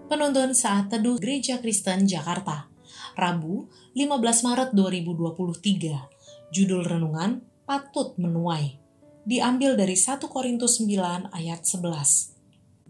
Penuntun Saat Teduh Gereja Kristen Jakarta, Rabu 15 Maret 2023. Judul renungan Patut Menuai. Diambil dari 1 Korintus 9 ayat 11.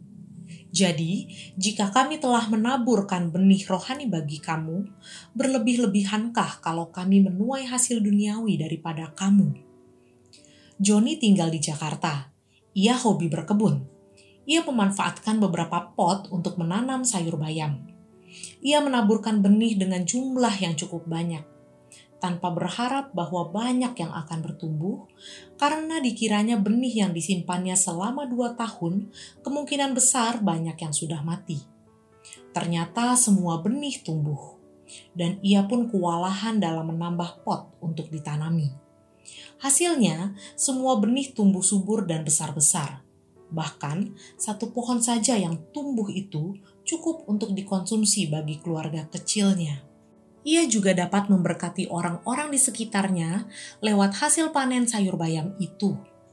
Jadi, jika kami telah menaburkan benih rohani bagi kamu, berlebih-lebihankah kalau kami menuai hasil duniawi daripada kamu? Joni tinggal di Jakarta. Ia hobi berkebun. Ia memanfaatkan beberapa pot untuk menanam sayur bayam. Ia menaburkan benih dengan jumlah yang cukup banyak, tanpa berharap bahwa banyak yang akan bertumbuh, karena dikiranya benih yang disimpannya selama 2 tahun, kemungkinan besar banyak yang sudah mati. Ternyata semua benih tumbuh, dan ia pun kewalahan dalam menambah pot untuk ditanami. Hasilnya, semua benih tumbuh subur dan besar-besar. Bahkan, satu pohon saja yang tumbuh itu cukup untuk dikonsumsi bagi keluarga kecilnya. Ia juga dapat memberkati orang-orang di sekitarnya lewat hasil panen sayur bayam itu.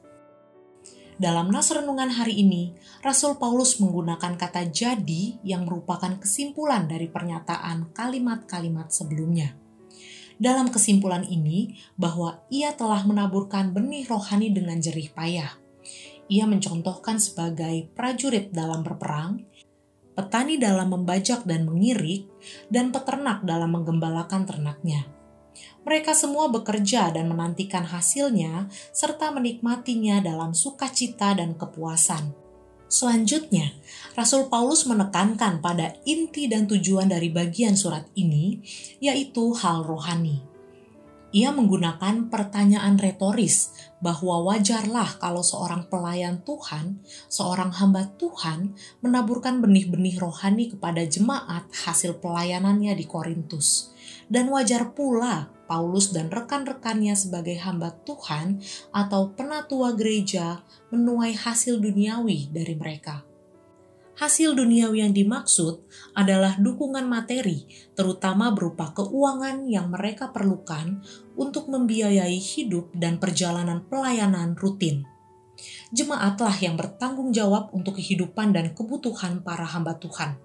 Dalam nas renungan hari ini, Rasul Paulus menggunakan kata jadi yang merupakan kesimpulan dari pernyataan kalimat-kalimat sebelumnya. Dalam kesimpulan ini, bahwa ia telah menaburkan benih rohani dengan jerih payah. Ia mencontohkan sebagai prajurit dalam berperang, petani dalam membajak dan mengirik, dan peternak dalam menggembalakan ternaknya. Mereka semua bekerja dan menantikan hasilnya, serta menikmatinya dalam sukacita dan kepuasan. Selanjutnya, Rasul Paulus menekankan pada inti dan tujuan dari bagian surat ini, yaitu hal rohani. Ia menggunakan pertanyaan retoris bahwa wajarlah kalau seorang pelayan Tuhan, seorang hamba Tuhan, menaburkan benih-benih rohani kepada jemaat hasil pelayanannya di Korintus. Dan wajar pula Paulus dan rekan-rekannya sebagai hamba Tuhan atau penatua gereja menuai hasil duniawi dari mereka. Hasil duniawi yang dimaksud adalah dukungan materi, terutama berupa keuangan yang mereka perlukan untuk membiayai hidup dan perjalanan pelayanan rutin. Jemaatlah yang bertanggung jawab untuk kehidupan dan kebutuhan para hamba Tuhan.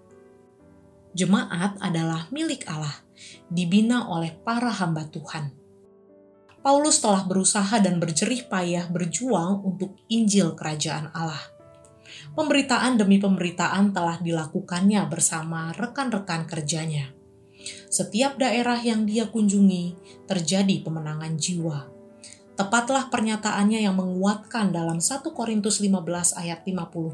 Jemaat adalah milik Allah, dibina oleh para hamba Tuhan. Paulus telah berusaha dan berjerih payah berjuang untuk Injil Kerajaan Allah. Pemberitaan demi pemberitaan telah dilakukannya bersama rekan-rekan kerjanya. Setiap daerah yang dia kunjungi terjadi pemenangan jiwa. Tepatlah pernyataannya yang menguatkan dalam 1 Korintus 15 ayat 58.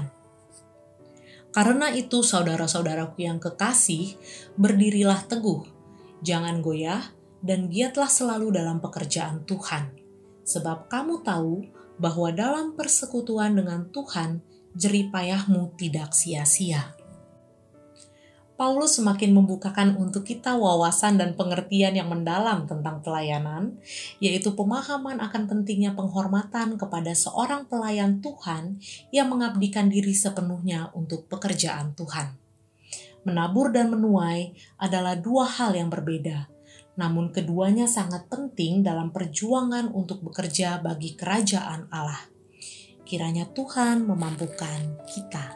Karena itu saudara-saudaraku yang kekasih, berdirilah teguh, jangan goyah, dan giatlah selalu dalam pekerjaan Tuhan. Sebab kamu tahu bahwa dalam persekutuan dengan Tuhan, jerih payahmu tidak sia-sia. Paulus semakin membukakan untuk kita wawasan dan pengertian yang mendalam tentang pelayanan, yaitu pemahaman akan pentingnya penghormatan kepada seorang pelayan Tuhan yang mengabdikan diri sepenuhnya untuk pekerjaan Tuhan. Menabur dan menuai adalah dua hal yang berbeda, namun keduanya sangat penting dalam perjuangan untuk bekerja bagi kerajaan Allah. Kiranya Tuhan memampukan kita.